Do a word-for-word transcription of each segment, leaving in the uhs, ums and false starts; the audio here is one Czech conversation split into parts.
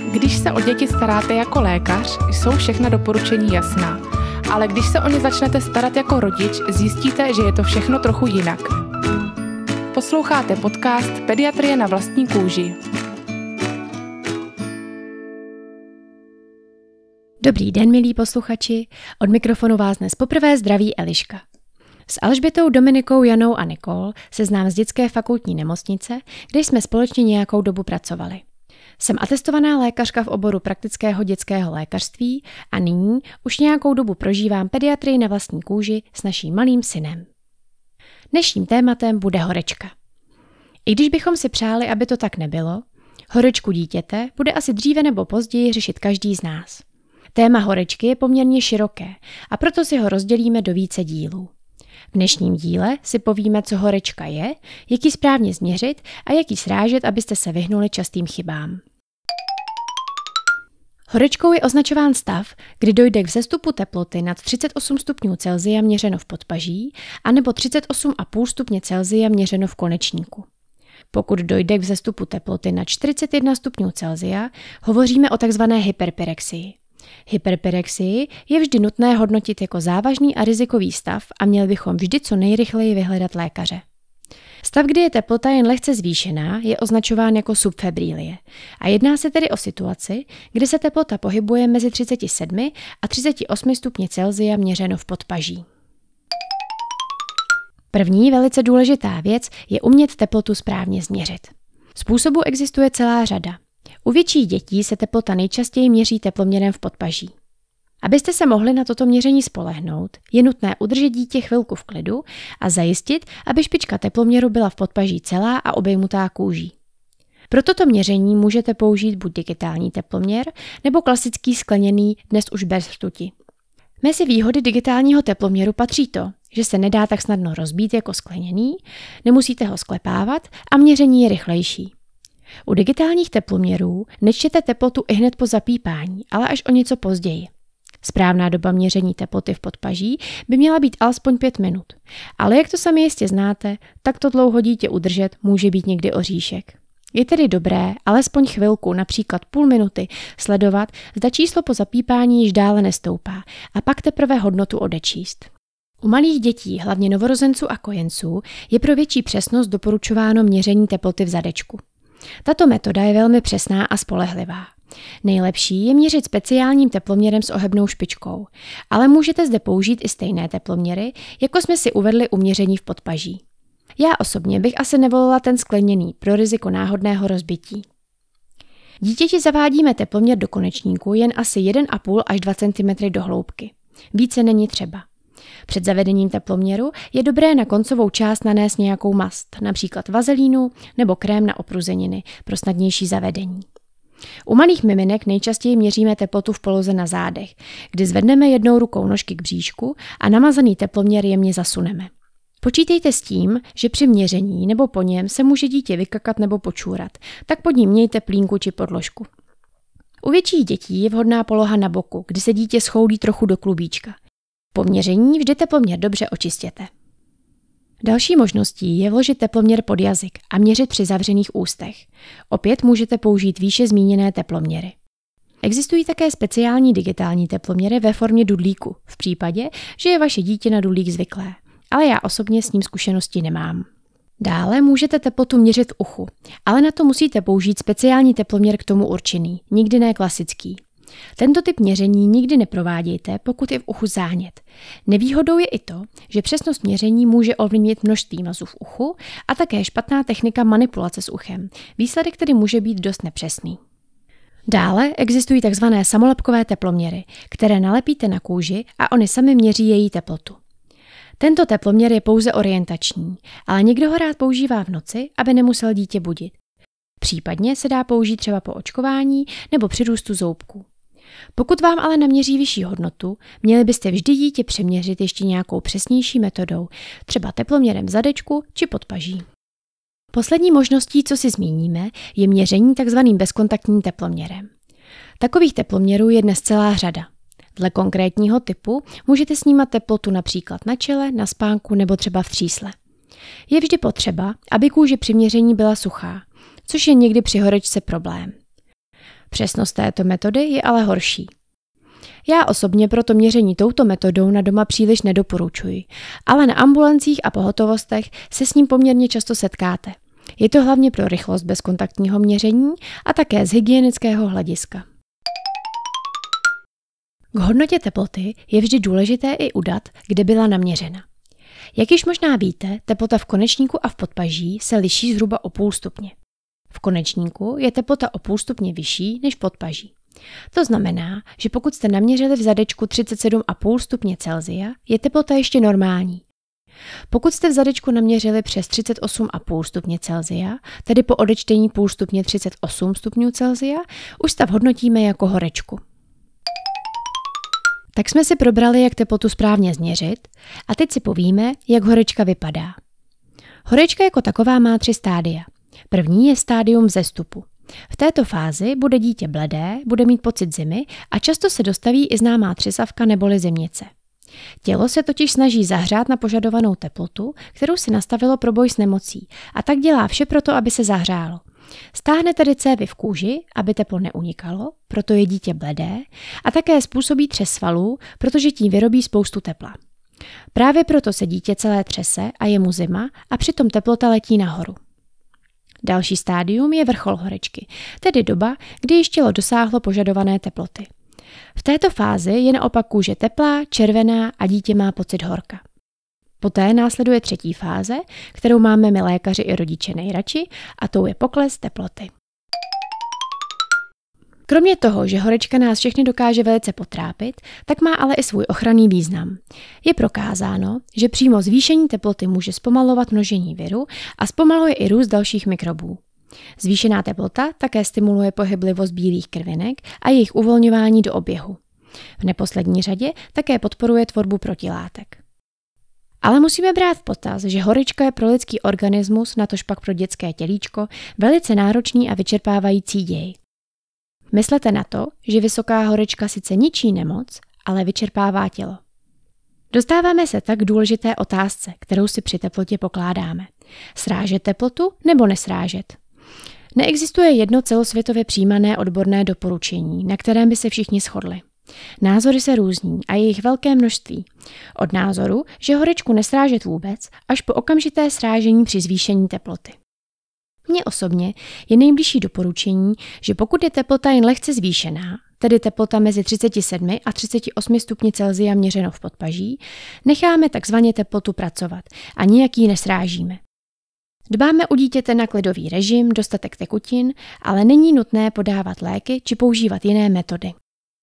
Když se o děti staráte jako lékař, jsou všechna doporučení jasná. Ale když se o ně začnete starat jako rodič, zjistíte, že je to všechno trochu jinak. Posloucháte podcast Pediatrie na vlastní kůži. Dobrý den, milí posluchači. Od mikrofonu vás dnes poprvé zdraví Eliška. S Alžbětou, Dominikou, Janou a Nikol se znám z dětské fakultní nemocnice, kde jsme společně nějakou dobu pracovali. Jsem atestovaná lékařka v oboru praktického dětského lékařství a nyní už nějakou dobu prožívám pediatrii na vlastní kůži s naším malým synem. Dnešním tématem bude horečka. I když bychom si přáli, aby to tak nebylo, horečku dítěte bude asi dříve nebo později řešit každý z nás. Téma horečky je poměrně široké a proto si ho rozdělíme do více dílů. V dnešním díle si povíme, co horečka je, jak ji správně změřit a jak ji srážet, abyste se vyhnuli častým chybám. Horečkou je označován stav, kdy dojde k vzestupu teploty nad třicet osm stupňů Celsia měřeno v podpaží anebo třicet osm celá pět stupně Celsia měřeno v konečníku. Pokud dojde k vzestupu teploty na čtyřicet jedna stupňů Celsia, hovoříme o takzvané hyperpyrexii. Hyperpyrexii je vždy nutné hodnotit jako závažný a rizikový stav a měli bychom vždy co nejrychleji vyhledat lékaře. Stav, kdy je teplota jen lehce zvýšená, je označován jako subfebrílie a jedná se tedy o situaci, kdy se teplota pohybuje mezi třicet sedm a třicet osm stupně Celsia měřeno v podpaží. První velice důležitá věc je umět teplotu správně změřit. Způsobů existuje celá řada. U větších dětí se teplota nejčastěji měří teploměrem v podpaží. Abyste se mohli na toto měření spolehnout, je nutné udržet dítě chvilku v klidu a zajistit, aby špička teploměru byla v podpaží celá a obejmutá kůží. Pro toto měření můžete použít buď digitální teploměr nebo klasický skleněný, dnes už bez rtuti. Mezi výhody digitálního teploměru patří to, že se nedá tak snadno rozbít jako skleněný, nemusíte ho sklepávat a měření je rychlejší. U digitálních teploměrů nečtěte teplotu ihned po zapípání, ale až o něco později. Správná doba měření teploty v podpaží by měla být alespoň pět minut, ale jak to sami jistě znáte, tak to dlouho dítě udržet může být někdy oříšek. Je tedy dobré alespoň chvilku, například půl minuty, sledovat, zda číslo po zapípání již dále nestoupá a pak teprve hodnotu odečíst. U malých dětí, hlavně novorozenců a kojenců, je pro větší přesnost doporučováno měření teploty v zadečku. Tato metoda je velmi přesná a spolehlivá. Nejlepší je měřit speciálním teploměrem s ohebnou špičkou, ale můžete zde použít i stejné teploměry, jako jsme si uvedli u měření v podpaží. Já osobně bych asi nevolila ten skleněný pro riziko náhodného rozbití. Dítěti zavádíme teploměr do konečníku jen asi jedna celá pět až dva centimetry do hloubky. Více není třeba. Před zavedením teploměru je dobré na koncovou část nanést nějakou mast, například vazelínu nebo krém na opruzeniny pro snadnější zavedení. U malých miminek nejčastěji měříme teplotu v poloze na zádech, kdy zvedneme jednou rukou nožky k bříšku a namazaný teploměr jemně zasuneme. Počítejte s tím, že při měření nebo po něm se může dítě vykakat nebo počůrat, tak pod ním mějte plínku či podložku. U větších dětí je vhodná poloha na boku, kdy se dítě schoulí trochu do klubíčka. Po měření vždy teploměr dobře očistěte. Další možností je vložit teploměr pod jazyk a měřit při zavřených ústech. Opět můžete použít výše zmíněné teploměry. Existují také speciální digitální teploměry ve formě dudlíku, v případě, že je vaše dítě na dudlík zvyklé, ale já osobně s ním zkušenosti nemám. Dále můžete teplotu měřit v uchu, ale na to musíte použít speciální teploměr k tomu určený, nikdy ne klasický. Tento typ měření nikdy neprovádějte, pokud je v uchu zánět. Nevýhodou je i to, že přesnost měření může ovlivnit množství mazu v uchu a také špatná technika manipulace s uchem. Výsledek tedy může být dost nepřesný. Dále existují tzv. Samolepkové teploměry, které nalepíte na kůži a oni sami měří její teplotu. Tento teploměr je pouze orientační, ale někdo ho rád používá v noci, aby nemusel dítě budit. Případně se dá použít třeba po očkování nebo při růstu zoubků. Pokud vám ale naměří vyšší hodnotu, měli byste vždy dítě přeměřit ještě nějakou přesnější metodou, třeba teploměrem zadečku či podpaží. Poslední možností, co si zmíníme, je měření tzv. Bezkontaktním teploměrem. Takových teploměrů je dnes celá řada. Dle konkrétního typu můžete snímat teplotu například na čele, na spánku nebo třeba v třísle. Je vždy potřeba, aby kůže při měření byla suchá, což je někdy při horečce problém. Přesnost této metody je ale horší. Já osobně proto měření touto metodou na doma příliš nedoporučuji, ale na ambulancích a pohotovostech se s ním poměrně často setkáte. Je to hlavně pro rychlost bezkontaktního měření a také z hygienického hlediska. K hodnotě teploty je vždy důležité i udat, kde byla naměřena. Jak již možná víte, teplota v konečníku a v podpaží se liší zhruba o půl stupně. V konečníku je teplota o půl stupně vyšší než v podpaží. To znamená, že pokud jste naměřili v zadečku třicet sedm celá pět stupně Celsia, je teplota ještě normální. Pokud jste v zadečku naměřili přes třicet osm celá pět stupně Celsia, tedy po odečtení půl stupně třicet osm stupňů Celsia, už stav hodnotíme jako horečku. Tak jsme si probrali, jak teplotu správně změřit a teď si povíme, jak horečka vypadá. Horečka jako taková má tři stádia. První je stádium vzestupu. V této fázi bude dítě bledé, bude mít pocit zimy a často se dostaví i známá třesavka neboli zimnice. Tělo se totiž snaží zahřát na požadovanou teplotu, kterou si nastavilo pro boj s nemocí, a tak dělá vše pro to, aby se zahřálo. Stáhne tedy cévy v kůži, aby teplo neunikalo, proto je dítě bledé, a také způsobí třes svalů, protože tím vyrobí spoustu tepla. Právě proto se dítě celé třese a je mu zima a přitom teplota letí nahoru. Další stádium je vrchol horečky, tedy doba, kdy již tělo dosáhlo požadované teploty. V této fázi je naopak kůže teplá, červená a dítě má pocit horka. Poté následuje třetí fáze, kterou máme my lékaři i rodiče nejradši, a tou je pokles teploty. Kromě toho, že horečka nás všechny dokáže velice potrápit, tak má ale i svůj ochranný význam. Je prokázáno, že přímo zvýšení teploty může zpomalovat množení viru a zpomaluje i růst dalších mikrobů. Zvýšená teplota také stimuluje pohyblivost bílých krvinek a jejich uvolňování do oběhu. V neposlední řadě také podporuje tvorbu protilátek. Ale musíme brát v potaz, že horečka je pro lidský organismus, natož pak pro dětské tělíčko, velice náročný a vyčerpávající děj. Myslete na to, že vysoká horečka sice ničí nemoc, ale vyčerpává tělo. Dostáváme se tak k důležité otázce, kterou si při teplotě pokládáme. Srážet teplotu nebo nesrážet? Neexistuje jedno celosvětově přijímané odborné doporučení, na kterém by se všichni shodli. Názory se různí a je jich velké množství. Od názoru, že horečku nesrážet vůbec, až po okamžité srážení při zvýšení teploty. Mně osobně je nejbližší doporučení, že pokud je teplota jen lehce zvýšená, tedy teplota mezi třicet sedm a třicet osm stupni Celsia měřeno v podpaží, necháme takzvaně teplotu pracovat a nijak ji nesrážíme. Dbáme u dítěte na klidový režim, dostatek tekutin, ale není nutné podávat léky či používat jiné metody.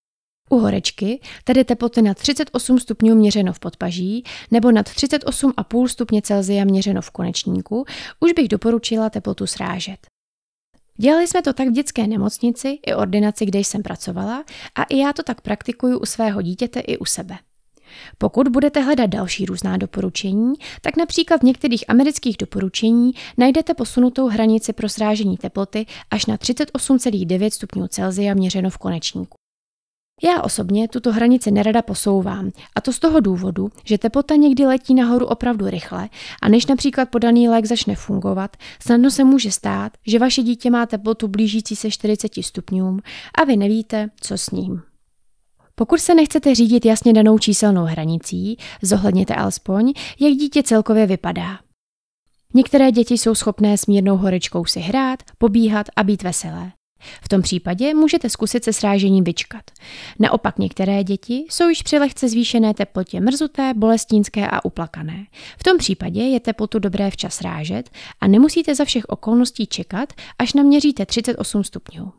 U horečky, tedy teploty nad třicet osm stupňů měřeno v podpaží nebo nad třicet osm celá pět stupně Celsia měřeno v konečníku, už bych doporučila teplotu srážet. Dělali jsme to tak v dětské nemocnici i ordinaci, kde jsem pracovala, a i já to tak praktikuju u svého dítěte i u sebe. Pokud budete hledat další různá doporučení, tak například v některých amerických doporučení najdete posunutou hranici pro srážení teploty až na třicet osm celá devět stupňů Celsia měřeno v konečníku. Já osobně tuto hranici nerada posouvám, a to z toho důvodu, že teplota někdy letí nahoru opravdu rychle a než například podaný lék začne fungovat, snadno se může stát, že vaše dítě má teplotu blížící se čtyřiceti stupňům a vy nevíte, co s ním. Pokud se nechcete řídit jasně danou číselnou hranicí, zohledněte alespoň, jak dítě celkově vypadá. Některé děti jsou schopné s mírnou horečkou si hrát, pobíhat a být veselé. V tom případě můžete zkusit se srážením vyčkat. Naopak některé děti jsou již při lehce zvýšené teplotě mrzuté, bolestínské a uplakané. V tom případě je teplotu dobré včas srážet a nemusíte za všech okolností čekat, až naměříte třicet osm stupňů.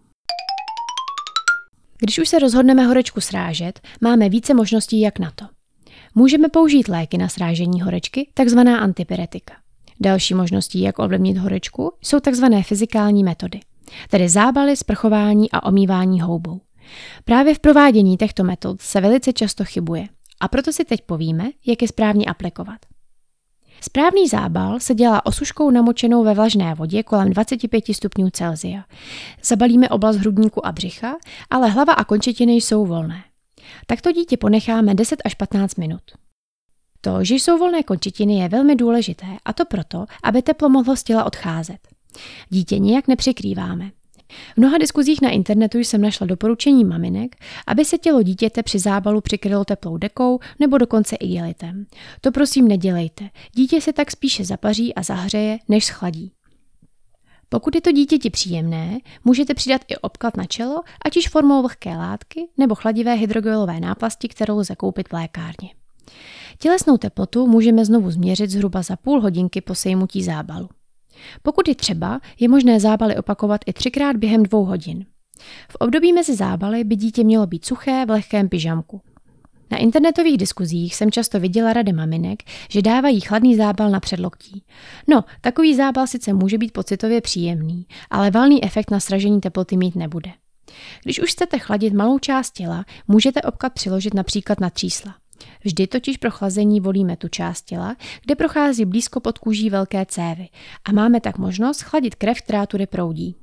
Když už se rozhodneme horečku srážet, máme více možností, jak na to. Můžeme použít léky na srážení horečky, takzvaná antipyretika. Další možností, jak ovlivnit horečku, jsou takzvané fyzikální metody, tedy zábaly, sprchování a omývání houbou. Právě v provádění těchto metod se velice často chybuje a proto si teď povíme, jak je správně aplikovat. Správný zábal se dělá osuškou namočenou ve vlažné vodě kolem dvacet pět stupňů Celsia. Zabalíme oblast hrudníku a břicha, ale hlava a končetiny jsou volné. Takto dítě ponecháme deset až patnáct minut. To, že jsou volné končetiny, je velmi důležité, a to proto, aby teplo mohlo z těla odcházet. Dítě nijak nepřikrýváme. V mnoha diskuzích na internetu jsem našla doporučení maminek, aby se tělo dítěte při zábalu přikrylo teplou dekou nebo dokonce igelitem. To prosím nedělejte. Dítě se tak spíše zapaří a zahřeje, než schladí. Pokud je to dítěti příjemné, můžete přidat i obklad na čelo, ať již formou vlhké látky nebo chladivé hydrogelové náplasti, kterou lze koupit v lékárně. Tělesnou teplotu můžeme znovu změřit zhruba za půl hodinky po sejmutí zábalu. Pokud je třeba, je možné zábaly opakovat i třikrát během dvou hodin. V období mezi zábaly by dítě mělo být suché v lehkém pyžamku. Na internetových diskuzích jsem často viděla rady maminek, že dávají chladný zábal na předloktí. No, takový zábal sice může být pocitově příjemný, ale valný efekt na sražení teploty mít nebude. Když už chcete chladit malou část těla, můžete obklad přiložit například na třísla. Vždy totiž pro chlazení volíme tu část těla, kde prochází blízko pod kůží velké cévy a máme tak možnost chladit krev, která tudy proudí.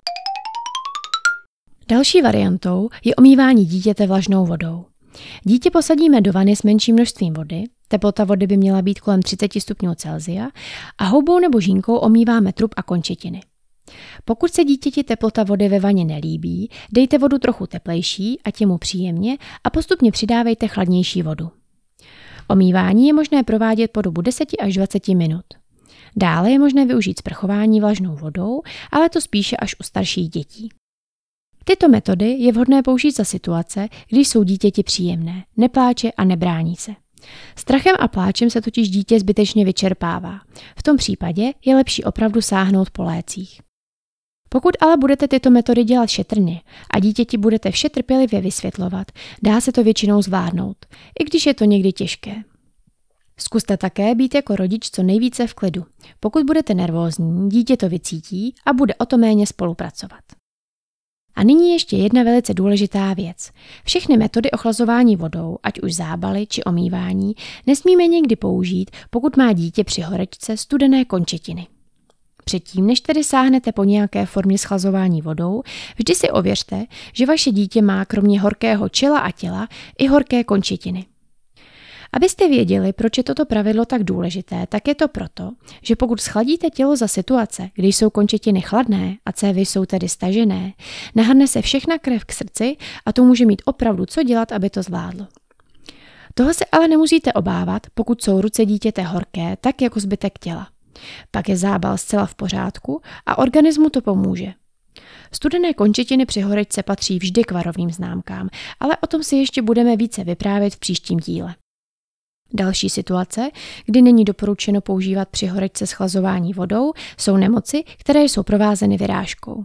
Další variantou je omývání dítěte vlažnou vodou. Dítě posadíme do vany s menším množstvím vody, teplota vody by měla být kolem třicet stupňů Celsia a houbou nebo žínkou omýváme trup a končetiny. Pokud se dítěti teplota vody ve vaně nelíbí, dejte vodu trochu teplejší, ať je mu příjemně a postupně přidávejte chladnější vodu. Omývání je možné provádět po dobu deset až dvacet minut. Dále je možné využít sprchování vlažnou vodou, ale to spíše až u starších dětí. Tyto metody je vhodné použít za situace, když jsou dítěti příjemné, nepláče a nebrání se. Strachem a pláčem se totiž dítě zbytečně vyčerpává. V tom případě je lepší opravdu sáhnout po lécích. Pokud ale budete tyto metody dělat šetrně a dítěti budete vše trpělivě vysvětlovat, dá se to většinou zvládnout, i když je to někdy těžké. Zkuste také být jako rodič co nejvíce v klidu. Pokud budete nervózní, dítě to vycítí a bude o to méně spolupracovat. A nyní ještě jedna velice důležitá věc. Všechny metody ochlazování vodou, ať už zábaly či omývání, nesmíme někdy použít, pokud má dítě při horečce studené končetiny. Předtím, než tedy sáhnete po nějaké formě schlazování vodou, vždy si ověřte, že vaše dítě má kromě horkého čela a těla i horké končetiny. Abyste věděli, proč je toto pravidlo tak důležité, tak je to proto, že pokud schladíte tělo za situace, kdy jsou končetiny chladné a cévy jsou tedy stažené, nahrne se všechna krev k srdci a to může mít opravdu co dělat, aby to zvládlo. Toho se ale nemusíte obávat, pokud jsou ruce dítěte horké, tak jako zbytek těla. Pak je zábal zcela v pořádku a organismu to pomůže. Studené končetiny při horečce patří vždy k varovným známkám, ale o tom si ještě budeme více vyprávět v příštím díle. Další situace, kdy není doporučeno používat při horečce schlazování vodou, jsou nemoci, které jsou provázeny vyrážkou.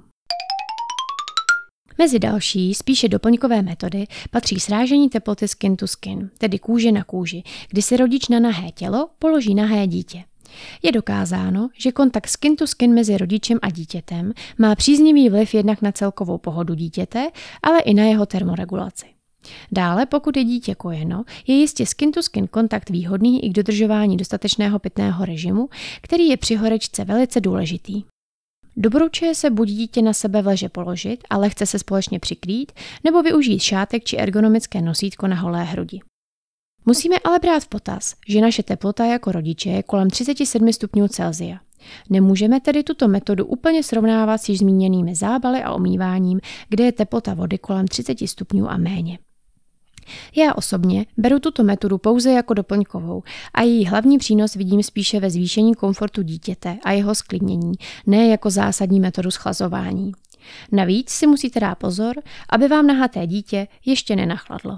Mezi další, spíše doplňkové metody patří srážení teploty skin to skin, tedy kůže na kůži, kdy si rodič na nahé tělo položí nahé dítě. Je dokázáno, že kontakt skin to skin mezi rodičem a dítětem má příznivý vliv jednak na celkovou pohodu dítěte, ale i na jeho termoregulaci. Dále, pokud je dítě kojeno, je jistě skin to skin kontakt výhodný i k dodržování dostatečného pitného režimu, který je při horečce velice důležitý. Doporučuje se buď dítě na sebe v leže položit a lehce se společně přikrýt, nebo využít šátek či ergonomické nosítko na holé hrudi. Musíme ale brát v potaz, že naše teplota jako rodiče je kolem třicet sedm stupňů Celsia. Nemůžeme tedy tuto metodu úplně srovnávat s již zmíněnými zábaly a omýváním, kde je teplota vody kolem třicet stupňů a méně. Já osobně beru tuto metodu pouze jako doplňkovou a její hlavní přínos vidím spíše ve zvýšení komfortu dítěte a jeho sklidnění, ne jako zásadní metodu schlazování. Navíc si musíte dát pozor, aby vám nahaté dítě ještě nenachladlo.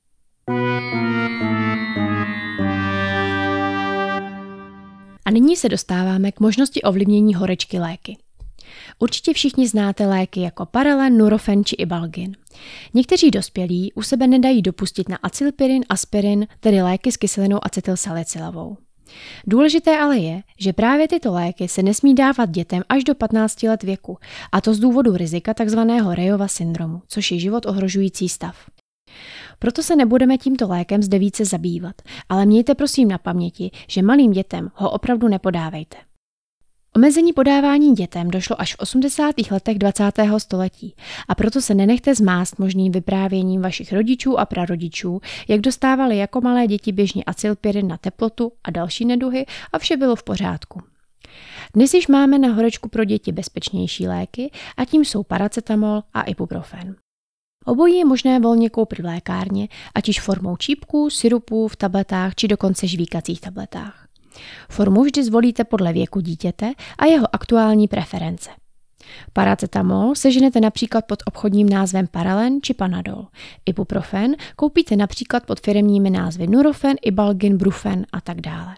A nyní se dostáváme k možnosti ovlivnění horečky léky. Určitě všichni znáte léky jako Paralen, Nurofen či Ibalgin. Někteří dospělí u sebe nedají dopustit na acylpirin, aspirin, tedy léky s kyselinou acetylsalicylovou. Důležité ale je, že právě tyto léky se nesmí dávat dětem až do patnácti let věku, a to z důvodu rizika tzv. Rayova syndromu, což je život ohrožující stav. Proto se nebudeme tímto lékem zde více zabývat, ale mějte prosím na paměti, že malým dětem ho opravdu nepodávejte. Omezení podávání dětem došlo až v osmdesátých letech dvacátého století a proto se nenechte zmást možným vyprávěním vašich rodičů a prarodičů, jak dostávali jako malé děti běžně acylpirin na teplotu a další neduhy a vše bylo v pořádku. Dnes již máme na horečku pro děti bezpečnější léky a tím jsou paracetamol a ibuprofen. Obojí je možné volně koupit v lékárně, ať již formou čípků, sirupů, v tabletách či dokonce žvíkacích tabletách. Formu vždy zvolíte podle věku dítěte a jeho aktuální preference. Paracetamol seženete například pod obchodním názvem Paralen či Panadol. Ibuprofen koupíte například pod firemními názvy Nurofen, Ibalgin, Brufen a tak dále.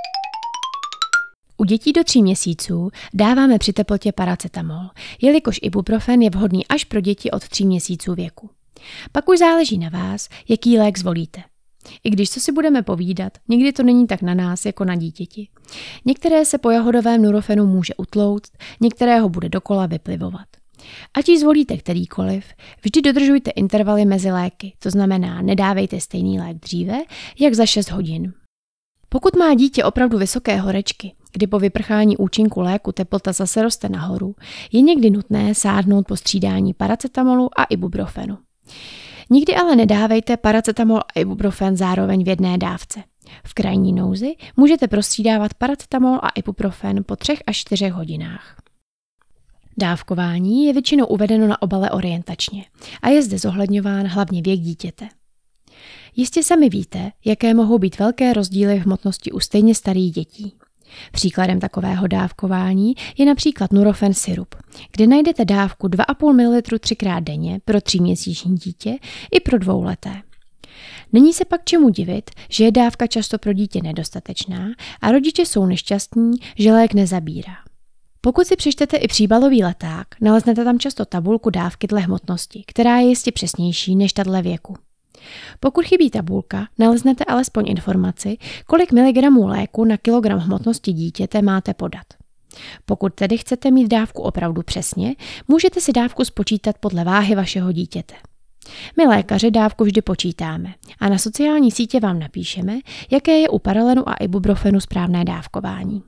U dětí do tří měsíců dáváme při teplotě paracetamol, jelikož ibuprofen je vhodný až pro děti od tří měsíců věku. Pak už záleží na vás, jaký lék zvolíte. I když co si budeme povídat, nikdy to není tak na nás jako na dítěti. Některé se po jahodovém Nurofenu může utlouct, některé ho bude dokola vyplivovat. Ať již zvolíte kterýkoliv, vždy dodržujte intervaly mezi léky, to znamená nedávejte stejný lék dříve, jak za šest hodin. Pokud má dítě opravdu vysoké horečky, kdy po vyprchání účinku léku teplota zase roste nahoru, je někdy nutné sáhnout po střídání paracetamolu a ibuprofenu. Nikdy ale nedávejte paracetamol a ibuprofen zároveň v jedné dávce. V krajní nouzi můžete prostřídávat paracetamol a ibuprofen po třech až čtyřech hodinách. Dávkování je většinou uvedeno na obale orientačně a je zde zohledňován hlavně věk dítěte. Jistě sami víte, jaké mohou být velké rozdíly v hmotnosti u stejně starých dětí. Příkladem takového dávkování je například Nurofen sirup, kde najdete dávku dva a půl mililitru třikrát denně pro tříměsíční dítě i pro dvouleté. Není se pak čemu divit, že je dávka často pro dítě nedostatečná a rodiče jsou nešťastní, že lék nezabírá. Pokud si přečtete i příbalový leták, naleznete tam často tabulku dávky dle hmotnosti, která je jistě přesnější než ta dle věku. Pokud chybí tabulka, naleznete alespoň informaci, kolik miligramů léku na kilogram hmotnosti dítěte máte podat. Pokud tedy chcete mít dávku opravdu přesně, můžete si dávku spočítat podle váhy vašeho dítěte. My lékaři dávku vždy počítáme a na sociální sítě vám napíšeme, jaké je u Paralenu a ibuprofenu správné dávkování.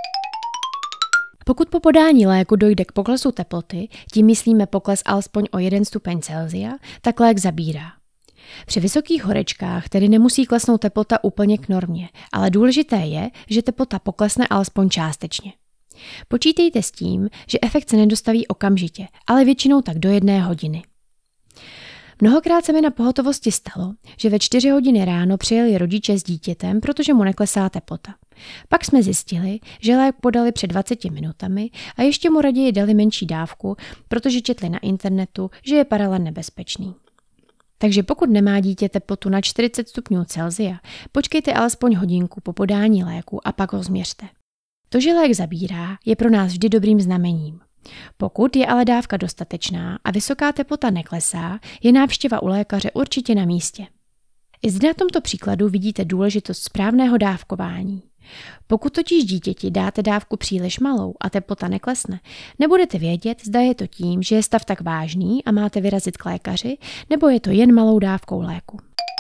Pokud po podání léku dojde k poklesu teploty, tím myslíme pokles alespoň o jeden stupeň Celsia, tak lék zabírá. Při vysokých horečkách tedy nemusí klesnout teplota úplně k normě, ale důležité je, že teplota poklesne alespoň částečně. Počítejte s tím, že efekt se nedostaví okamžitě, ale většinou tak do jedné hodiny. Mnohokrát se mi na pohotovosti stalo, že ve čtyři hodiny ráno přijeli rodiče s dítětem, protože mu neklesá teplota. Pak jsme zjistili, že lék podali před dvaceti minutami a ještě mu raději dali menší dávku, protože četli na internetu, že je Paralen nebezpečný. Takže pokud nemá dítě teplotu na čtyřicet stupňů Celsia, počkejte alespoň hodinku po podání léku a pak ho změřte. To, že lék zabírá, je pro nás vždy dobrým znamením. Pokud je ale dávka dostatečná a vysoká teplota neklesá, je návštěva u lékaře určitě na místě. I zde na tomto příkladu vidíte důležitost správného dávkování. Pokud totiž dítěti dáte dávku příliš malou a teplota neklesne, nebudete vědět, zda je to tím, že je stav tak vážný a máte vyrazit k lékaři, nebo je to jen malou dávkou léku.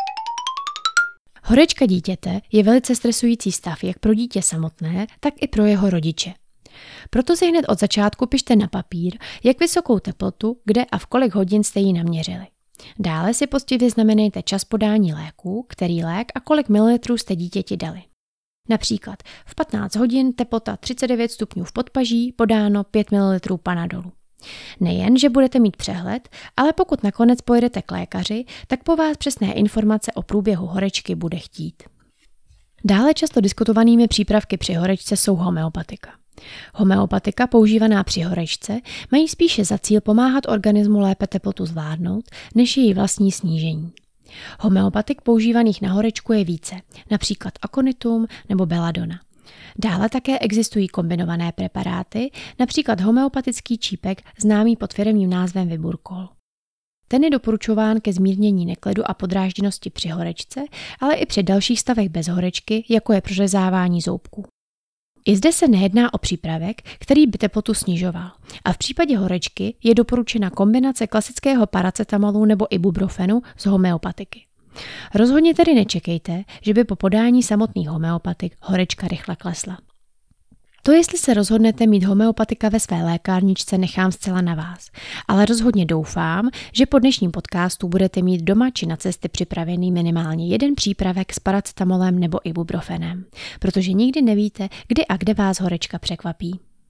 Horečka dítěte je velice stresující stav jak pro dítě samotné, tak i pro jeho rodiče. Proto si hned od začátku pište na papír, jak vysokou teplotu, kde a v kolik hodin jste ji naměřili. Dále si poctivě znamenejte čas podání léku, který lék a kolik mililitrů jste dítěti dali. Například v patnáct hodin teplota třicet devět stupňů v podpaží, podáno pět mililitrů Panadolu. Nejen, že budete mít přehled, ale pokud nakonec pojedete k lékaři, tak po vás přesné informace o průběhu horečky bude chtít. Dále často diskutovanými přípravky při horečce jsou homeopatika. Homeopatika používaná při horečce mají spíše za cíl pomáhat organismu lépe teplotu zvládnout, než její vlastní snížení. Homeopatik používaných na horečku je více, například akonitum nebo belladonna. Dále také existují kombinované preparáty, například homeopatický čípek známý pod firemním názvem Viburkol. Ten je doporučován ke zmírnění neklidu a podrážděnosti při horečce, ale i při dalších stavech bez horečky, jako je prořezávání zoubků. I zde se nejedná o přípravek, který by teplotu snižoval, a v případě horečky je doporučena kombinace klasického paracetamolu nebo ibuprofenu z homeopatiky. Rozhodně tedy nečekejte, že by po podání samotných homeopatik horečka rychle klesla. To, jestli se rozhodnete mít homeopatika ve své lékárničce, nechám zcela na vás, ale rozhodně doufám, že po dnešním podcastu budete mít doma či na cesty připravený minimálně jeden přípravek s paracetamolem nebo ibuprofenem, protože nikdy nevíte, kdy a kde vás horečka překvapí.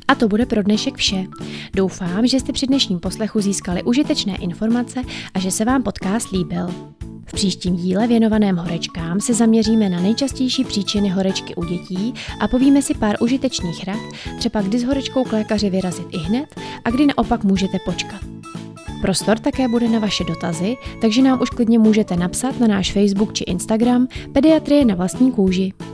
A to bude pro dnešek vše. Doufám, že jste při dnešním poslechu získali užitečné informace a že se vám podcast líbil. V příštím díle věnovaném horečkám se zaměříme na nejčastější příčiny horečky u dětí a povíme si pár užitečných rad, třeba kdy s horečkou k lékaři vyrazit ihned a kdy naopak můžete počkat. Prostor také bude na vaše dotazy, takže nám už klidně můžete napsat na náš Facebook či Instagram Pediatrie na vlastní kůži.